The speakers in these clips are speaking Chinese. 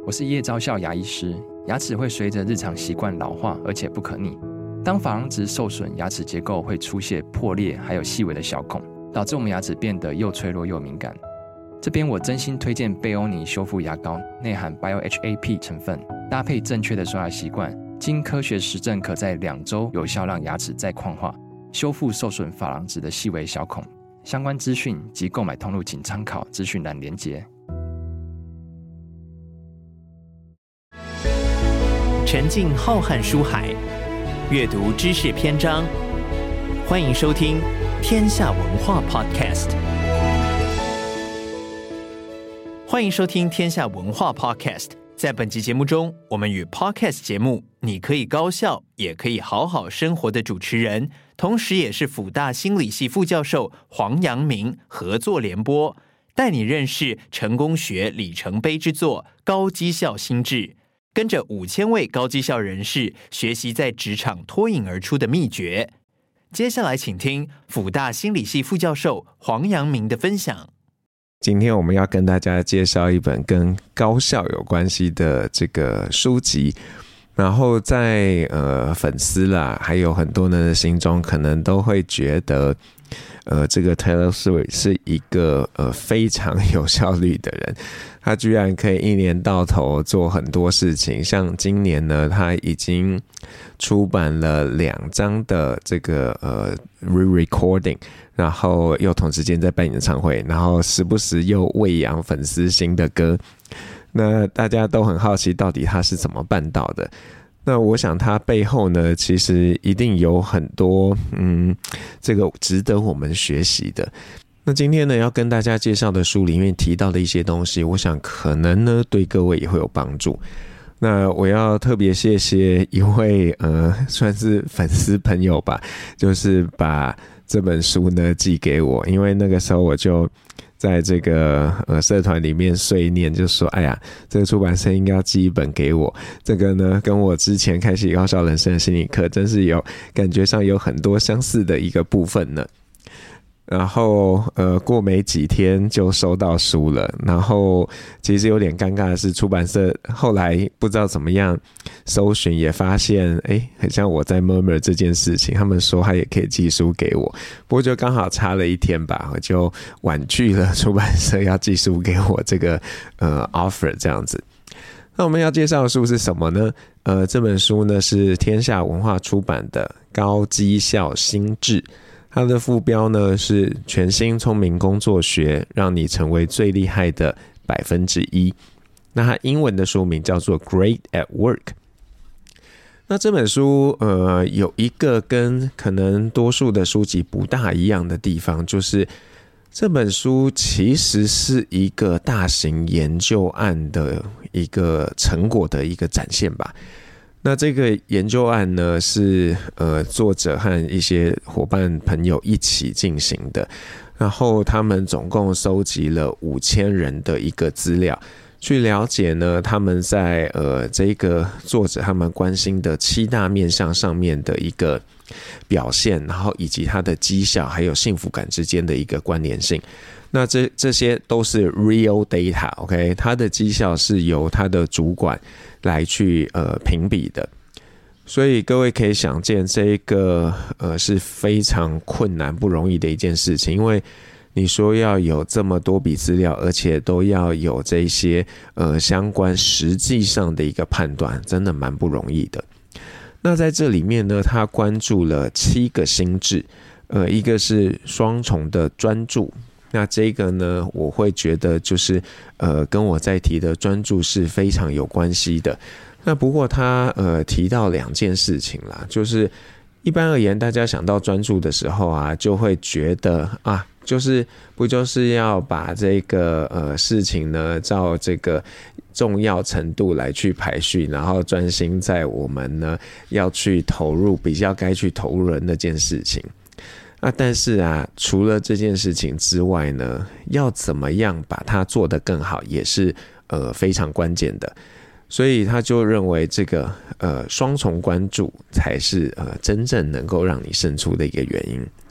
我是叶昭孝牙医师。牙齿会随着日常习惯老化，而且不可逆。当珐琅质受损，牙齿结构会出现破裂，还有细微的小孔，导致我们牙齿变得又脆弱又敏感。这边我真心推荐贝欧尼修复牙膏，内含 BioHAP 成分，搭配正确的刷牙习惯，经科学实证可在2周有效让牙齿再矿化，修复受损珐琅质的细微小孔。相关资讯及购买通路请参考资讯栏连结。 沉浸浩瀚书海，阅读知识篇章。欢迎收听天下文化 Podcast。欢迎收听天下文化 Podcast。在本集节目中，我们与 Podcast 节目“你可以高效，也可以好好生活”的主持人，同时也是辅大心理系副教授黄阳明合作联播，带你认识成功学里程碑之作《高绩效心智》。跟着5000位高绩效人士学习在职场脱颖而出的秘诀。接下来请听辅大心理系副教授黄阳明的分享。 今天我们要跟大家介绍一本跟高效有关系的这个书籍，然后在粉丝啦，还有很多人的心中可能都会觉得这个 Taylor Swift 是一个非常有效率的人，他居然可以一年到头做很多事情。像今年呢，他已经出版了2张的这个re-recording， 然后又同时间在办演唱会，然后时不时又喂养粉丝新的歌。那大家都很好奇，到底他是怎么办到的？那我想他背后呢，其实一定有很多这个值得我们学习的。那今天呢，要跟大家介绍的书里面提到的一些东西，我想可能呢对各位也会有帮助。那我要特别谢谢一位算是粉丝朋友吧，就是把这本书呢寄给我，因为那个时候我就在这个社团里面碎念，就说哎呀，这个出版社应该要寄一本给我。这个呢跟我之前开启高效人生的心理课真是有感觉上有很多相似的一个部分呢。然后过没几天就收到书了，然后其实有点尴尬的是，出版社后来不知道怎么样搜寻也发现很像我在 murmur 这件事情，他们说他也可以寄书给我，不过就刚好差了1天吧，我就婉拒了出版社要寄书给我这个offer 这样子。那我们要介绍的书是什么呢？这本书呢是天下文化出版的《高绩效心智》，它的副标呢是全新聪明工作学，让你成为最厉害的1%。那它英文的书名叫做 Great at Work。那这本书有一个跟可能多数的书籍不大一样的地方，就是这本书其实是一个大型研究案的一个成果的一个展现吧。那这个研究案呢是作者和一些伙伴朋友一起进行的，然后他们总共收集了5000人的一个资料，去了解呢他们在这个作者他们关心的7大面向上面的一个表现，然后以及他的绩效还有幸福感之间的一个关联性。那这些都是 real data， OK， 他的绩效是由他的主管来去评比的，所以各位可以想见，这个是非常困难不容易的一件事情，因为你说要有这么多笔资料，而且都要有这些相关实际上的一个判断，真的蛮不容易的。那在这里面呢，他关注了7个心智，一个是双重的专注。那这个呢，我会觉得就是跟我在提的专注是非常有关系的。那不过他提到2件事情啦，就是一般而言，大家想到专注的时候啊，就会觉得啊，不就是要把这个事情呢，照这个重要程度来去排序，然后专心在我们呢要去投入比较该去投入的那件事情。但是啊，除了这件事情之外呢，要怎么样把它做得更好，也是非常关键的。所以他就认为这个双重关注才是真正能够让你胜出的一个原因。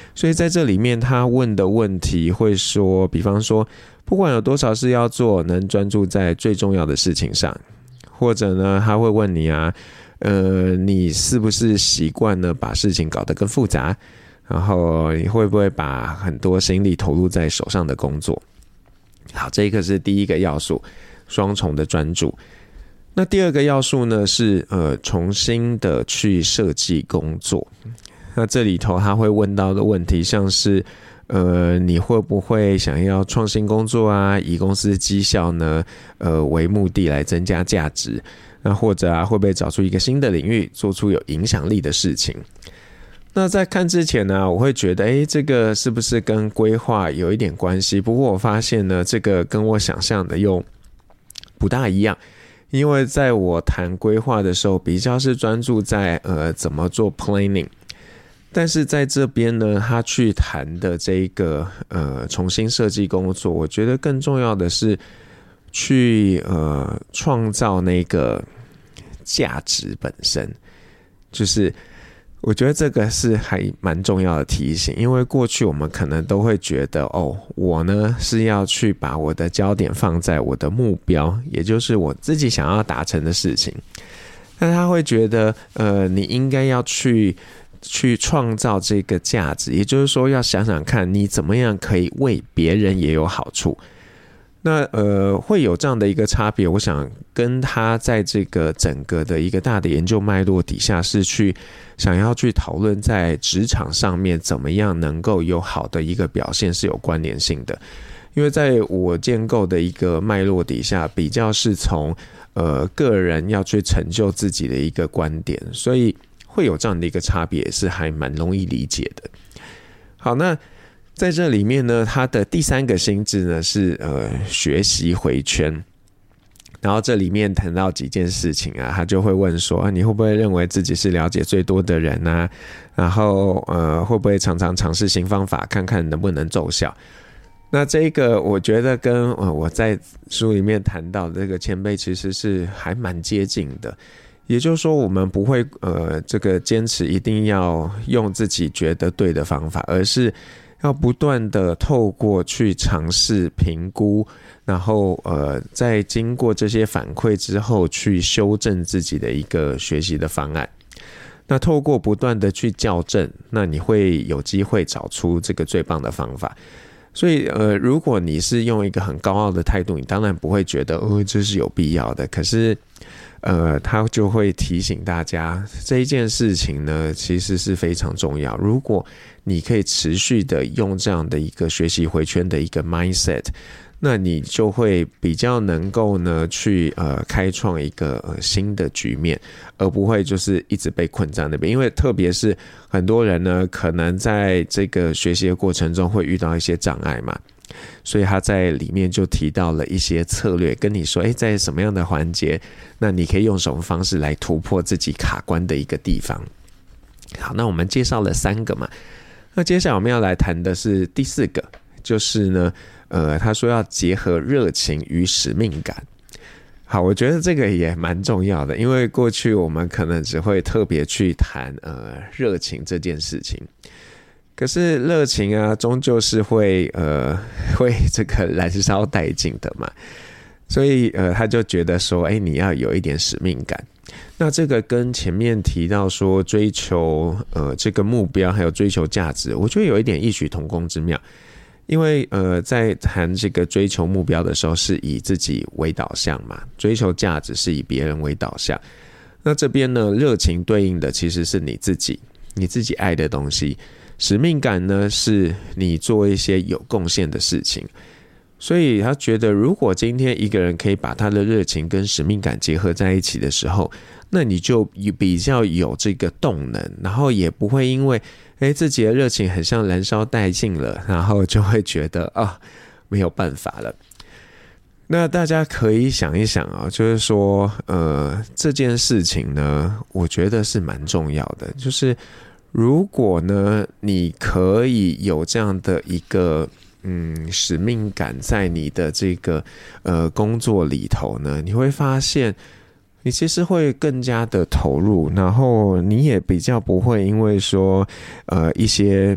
所以在这里面他问的问题会说，比方说不管有多少事要做，能专注在最重要的事情上，或者呢他会问你啊，你是不是习惯呢把事情搞得更复杂，然后你会不会把很多心力投入在手上的工作。好，这个是第一个要素，双重的专注。那第二个要素呢是重新的去设计工作。那这里头他会问到的问题像是你会不会想要创新工作啊，以公司绩效呢为目的来增加价值，那或者会不会找出一个新的领域做出有影响力的事情。那在看之前呢，我会觉得这个是不是跟规划有一点关系，不过我发现呢这个跟我想象的又不大一样。因为在我谈规划的时候比较是专注在怎么做 planning， 但是在这边呢他去谈的这个重新设计工作，我觉得更重要的是去创造那个价值本身。就是我觉得这个是还蛮重要的提醒，因为过去我们可能都会觉得我呢是要去把我的焦点放在我的目标，也就是我自己想要达成的事情，但他会觉得你应该要去创造这个价值，也就是说要想想看你怎么样可以为别人也有好处。那会有这样的一个差别，我想跟他在这个整个的一个大的研究脉络底下是想要去讨论在职场上面怎么样能够有好的一个表现是有关联性的。因为在我建构的一个脉络底下，比较是从个人要去成就自己的一个观点，所以会有这样的一个差别，也是还蛮容易理解的。好，那在这里面呢，他的第三个心智呢是学习回圈。然后这里面谈到几件事情啊，他就会问说你会不会认为自己是了解最多的人啊？然后会不会常常尝试新方法，看看能不能奏效？那这个我觉得跟我在书里面谈到的这个前辈其实是还蛮接近的。也就是说，我们不会这个坚持一定要用自己觉得对的方法，而是要不断的透过去尝试评估，然后在经过这些反馈之后去修正自己的一个学习的方案。那透过不断的去校正，那你会有机会找出这个最棒的方法。所以如果你是用一个很高傲的态度，你当然不会觉得这是有必要的。可是他就会提醒大家这一件事情呢其实是非常重要。如果你可以持续的用这样的一个学习回圈的一个 mindset， 那你就会比较能够呢去开创一个新的局面，而不会就是一直被困在那边。因为特别是很多人呢可能在这个学习的过程中会遇到一些障碍嘛，所以他在里面就提到了一些策略，跟你说在什么样的环节，那你可以用什么方式来突破自己卡关的一个地方。好，那我们介绍了3个嘛，那接下来我们要来谈的是第4个，就是呢他说要结合热情与使命感。好，我觉得这个也蛮重要的，因为过去我们可能只会特别去谈热情这件事情，可是热情啊终究是会这个燃烧殆尽的嘛，所以他就觉得说你要有一点使命感。那这个跟前面提到说追求这个目标还有追求价值，我觉得有一点异曲同工之妙。因为在谈这个追求目标的时候是以自己为导向嘛，追求价值是以别人为导向。那这边呢热情对应的其实是你自己爱的东西，使命感呢是你做一些有贡献的事情。所以他觉得如果今天一个人可以把他的热情跟使命感结合在一起的时候，那你就比较有这个动能，然后也不会因为自己的热情很像燃烧殆尽了，然后就会觉得没有办法了。那大家可以想一想就是说这件事情呢我觉得是蛮重要的，就是如果呢你可以有这样的一个使命感在你的这个工作里头呢，你会发现你其实会更加的投入，然后你也比较不会因为说一些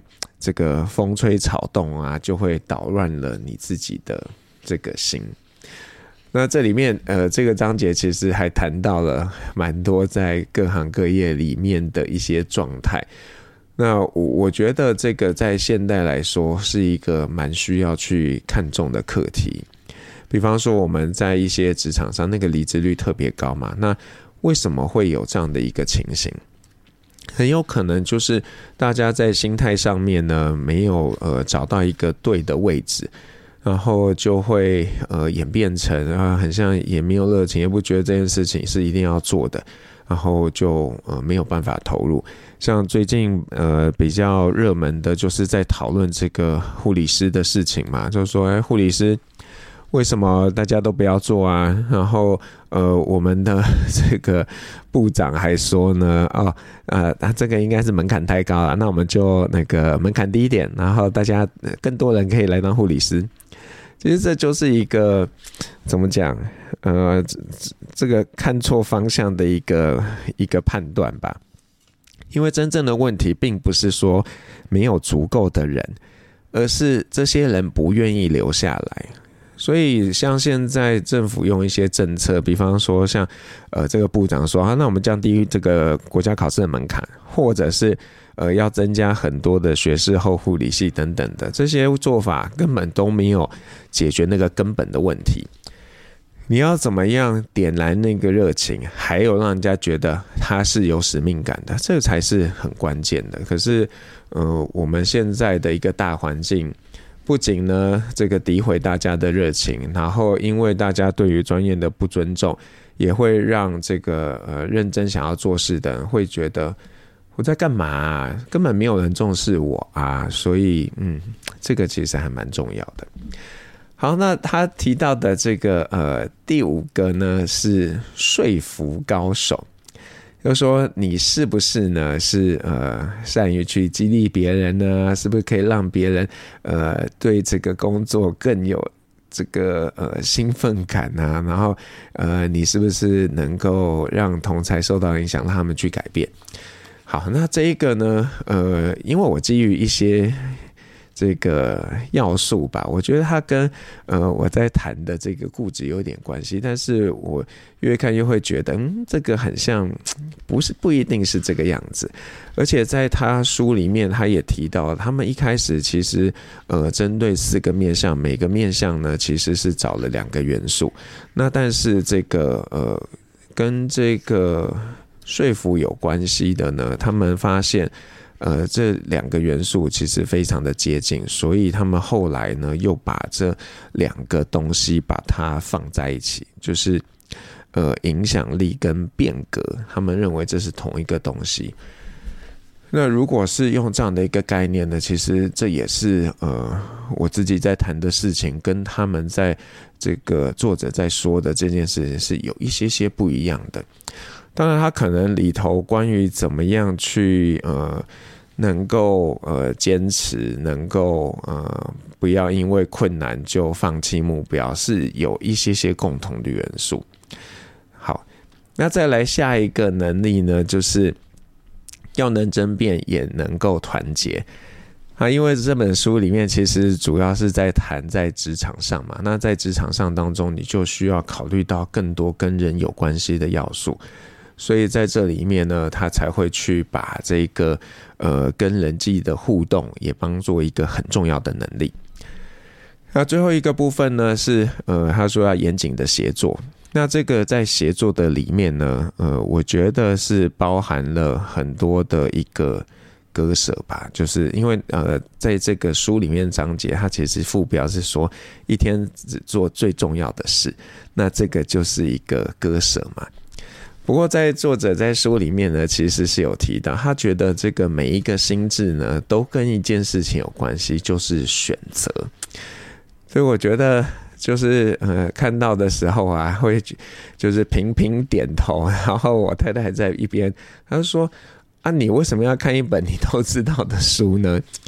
这个风吹草动啊，就会捣乱了你自己的这个心。那这里面这个章节其实还谈到了蛮多在各行各业里面的一些状态。那我觉得这个在现代来说是一个蛮需要去看重的课题。比方说我们在一些职场上那个离职率特别高嘛，那为什么会有这样的一个情形？很有可能就是大家在心态上面呢没有找到一个对的位置，然后就会演变成很像也没有热情，也不觉得这件事情是一定要做的，然后就没有办法投入。像最近比较热门的就是在讨论这个护理师的事情嘛，就是说护理师为什么大家都不要做啊？然后我们的这个部长还说呢，这个应该是门槛太高了，那我们就那个门槛低一点，然后大家更多人可以来当护理师。其实这就是一个怎么讲？这个看错方向的一个判断吧。因为真正的问题并不是说没有足够的人，而是这些人不愿意留下来。所以像现在政府用一些政策，比方说像这个部长说那我们降低这个国家考试的门槛，或者是要增加很多的学士后护理系等等的，这些做法根本都没有解决那个根本的问题。你要怎么样点燃那个热情，还有让人家觉得他是有使命感的，这才是很关键的。可是我们现在的一个大环境，不仅呢这个诋毁大家的热情，然后因为大家对于专业的不尊重，也会让这个认真想要做事的人会觉得我在干嘛啊？根本没有人重视我啊！所以这个其实还蛮重要的。好，那他提到的这个第5个呢是说服高手，就是说你是不是呢是善于去激励别人呢？是不是可以让别人对这个工作更有这个兴奋感啊？然后你是不是能够让同侪受到影响，让他们去改变？好，那这一个呢因为我基于一些这个要素吧，我觉得它跟我在谈的这个固执有点关系，但是我越看越会觉得这个很像不一定是这个样子。而且在他书里面他也提到，他们一开始其实针对4个面向，每个面向呢其实是找了2个元素，那但是这个跟这个说服有关系的呢，他们发现这2个元素其实非常的接近，所以他们后来呢又把这2个东西把它放在一起，就是影响力跟变革，他们认为这是同一个东西。那如果是用这样的一个概念呢，其实这也是我自己在谈的事情跟他们在这个作者在说的这件事情是有一些不一样的。当然他可能里头关于怎么样去能够坚持，能够不要因为困难就放弃目标，是有一些共同的元素。好，那再来下一个能力呢，就是要能争辩也能够团结。因为这本书里面其实主要是在谈在职场上嘛，那在职场上当中你就需要考虑到更多跟人有关系的要素，所以在这里面呢，他才会去把这个跟人际的互动也当作一个很重要的能力。那最后一个部分呢是他说要严谨的协作。那这个在协作的里面呢我觉得是包含了很多的一个割舍吧，就是因为在这个书里面章节，它其实副标是说一天只做最重要的事，那这个就是一个割舍嘛。不过在作者在书里面呢，其实是有提到，他觉得这个每一个心智呢，都跟一件事情有关系，就是选择。所以我觉得就是看到的时候啊，会就是频频点头，然后我太太在一边，她就说你为什么要看一本你都知道的书呢？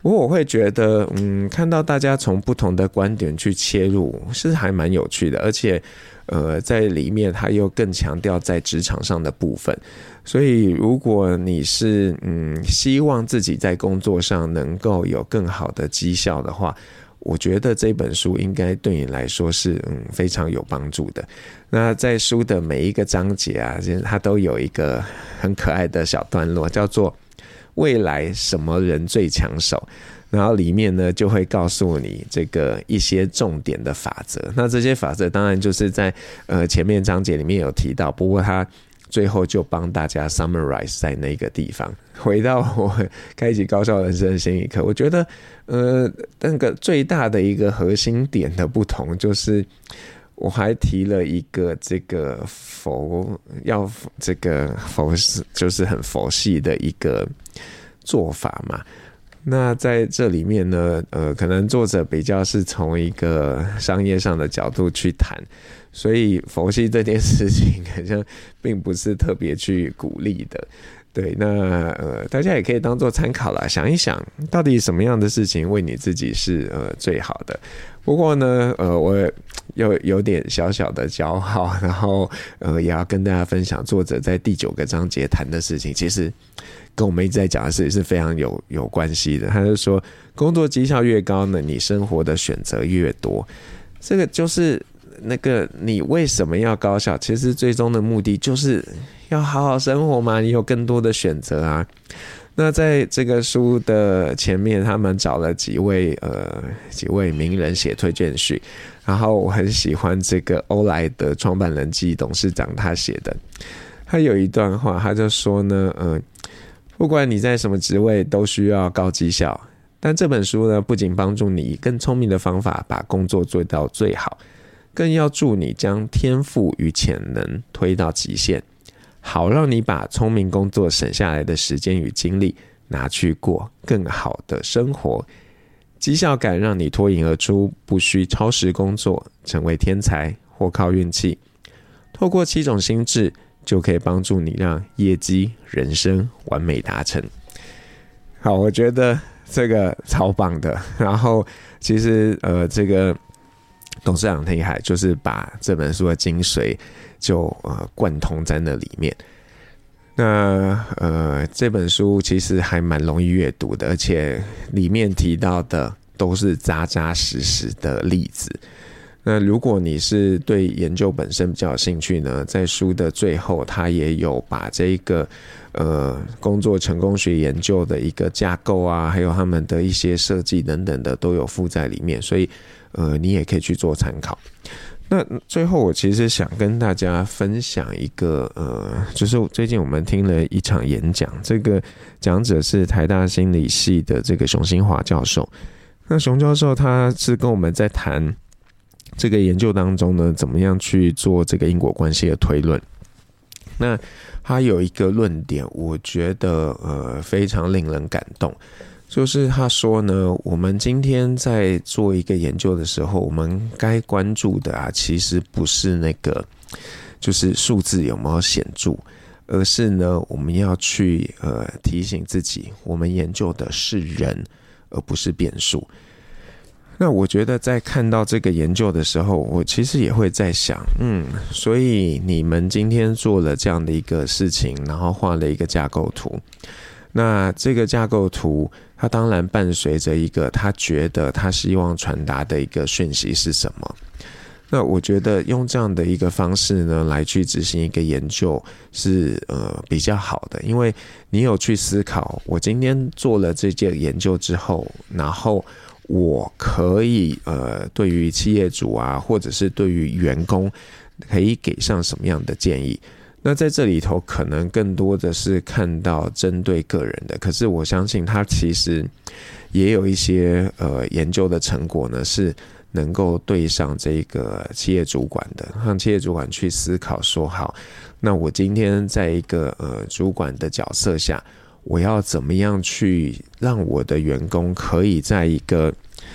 不过我会觉得，看到大家从不同的观点去切入，是还蛮有趣的，而且，在里面他又更强调在职场上的部分。所以，如果你是希望自己在工作上能够有更好的绩效的话，我觉得这本书应该对你来说是非常有帮助的。那在书的每一个章节啊，它都有一个很可爱的小段落，叫做未来什么人最抢手，然后里面呢就会告诉你这个一些重点的法则。那这些法则当然就是在前面章节里面有提到，不过它最后就帮大家 summarize 在那个地方。回到我开启高效人生的心理课，我觉得那个最大的一个核心点的不同就是我还提了一个这个佛就是很佛系的一个做法嘛。那在这里面呢，可能作者比较是从一个商业上的角度去谈，所以佛系这件事情好像并不是特别去鼓励的。对，那大家也可以当做参考啦，想一想到底什么样的事情为你自己是最好的。不过呢，我有点小小的骄傲，然后也要跟大家分享作者在第9个章节谈的事情，其实跟我们一直在讲的事情是非常有关系的。他就说，工作绩效越高呢，你生活的选择越多。这个就是那个你为什么要高效？其实最终的目的就是要好好生活嘛，你有更多的选择啊。那在这个书的前面，他们找了几位名人写推荐序，然后我很喜欢这个欧莱德创办人暨董事长他写的，他有一段话，他就说呢，不管你在什么职位，都需要高绩效。但这本书呢，不仅帮助你以更聪明的方法把工作做到最好，更要助你将天赋与潜能推到极限，好让你把聪明工作省下来的时间与精力拿去过更好的生活。绩效感让你脱颖而出，不需超时工作，成为天才或靠运气。透过7种心智，就可以帮助你让业绩、人生完美达成。好，我觉得这个超棒的。然后其实这个董事长很厉害，就是把这本书的精髓就贯通在那里面。那这本书其实还蛮容易阅读的，而且里面提到的都是扎扎实实的例子。那如果你是对研究本身比较有兴趣呢，在书的最后，他也有把这个工作成功学研究的一个架构啊，还有他们的一些设计等等的都有附在里面，所以你也可以去做参考。那最后我其实想跟大家分享一个就是最近我们听了一场演讲，这个讲者是台大心理系的这个熊新华教授。那熊教授他是跟我们在谈这个研究当中呢，怎么样去做这个因果关系的推论。那他有一个论点，我觉得非常令人感动，就是他说呢，我们今天在做一个研究的时候，我们该关注的啊，其实不是那个就是数字有没有显著，而是呢，我们要去提醒自己，我们研究的是人，而不是变数。那我觉得在看到这个研究的时候，我其实也会在想，所以你们今天做了这样的一个事情，然后画了一个架构图。那这个架构图，它当然伴随着一个他觉得他希望传达的一个讯息是什么。那我觉得用这样的一个方式呢，来去执行一个研究是比较好的，因为你有去思考，我今天做了这件研究之后，然后我可以对于企业主啊，或者是对于员工，可以给上什么样的建议。那在这里头可能更多的是看到针对个人的，可是我相信他其实也有一些研究的成果呢，是能够对上这个企业主管的，让企业主管去思考说，好，那我今天在一个主管的角色下，我要怎么样去让我的员工可以在一个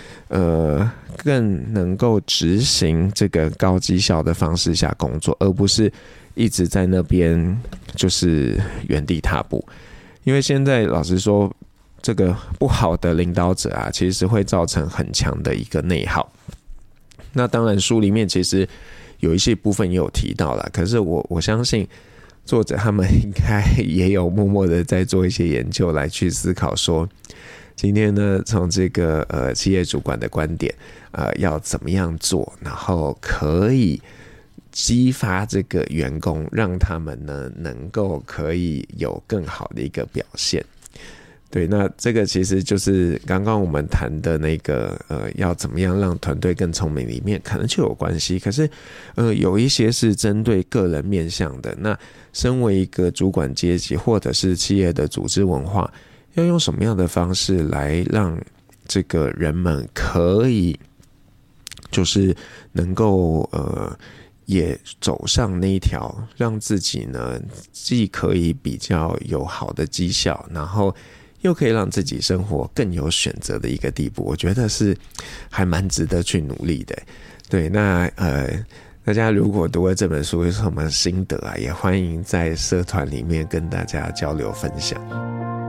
更能够执行这个高绩效的方式下工作，而不是一直在那边就是原地踏步。因为现在老实说， 这个不好的领导者啊，其实会造成很强的一个内耗。那当然书里面其实有一些部分也有提到啦，可是我相信作者他们应该也有默默的在做一些研究来去思考说，今天呢从这个企业主管的观点要怎么样做，然后可以激发这个员工，让他们呢能够可以有更好的一个表现。对，那这个其实就是刚刚我们谈的那个要怎么样让团队更聪明里面可能就有关系。可是有一些是针对个人面向的，那身为一个主管阶级或者是企业的组织文化，要用什么样的方式来让这个人们可以就是能够也走上那一条让自己呢既可以比较有好的绩效，然后又可以让自己生活更有选择的一个地步，我觉得是还蛮值得去努力的。对，那大家如果读了这本书有什么心得啊，也欢迎在社团里面跟大家交流分享。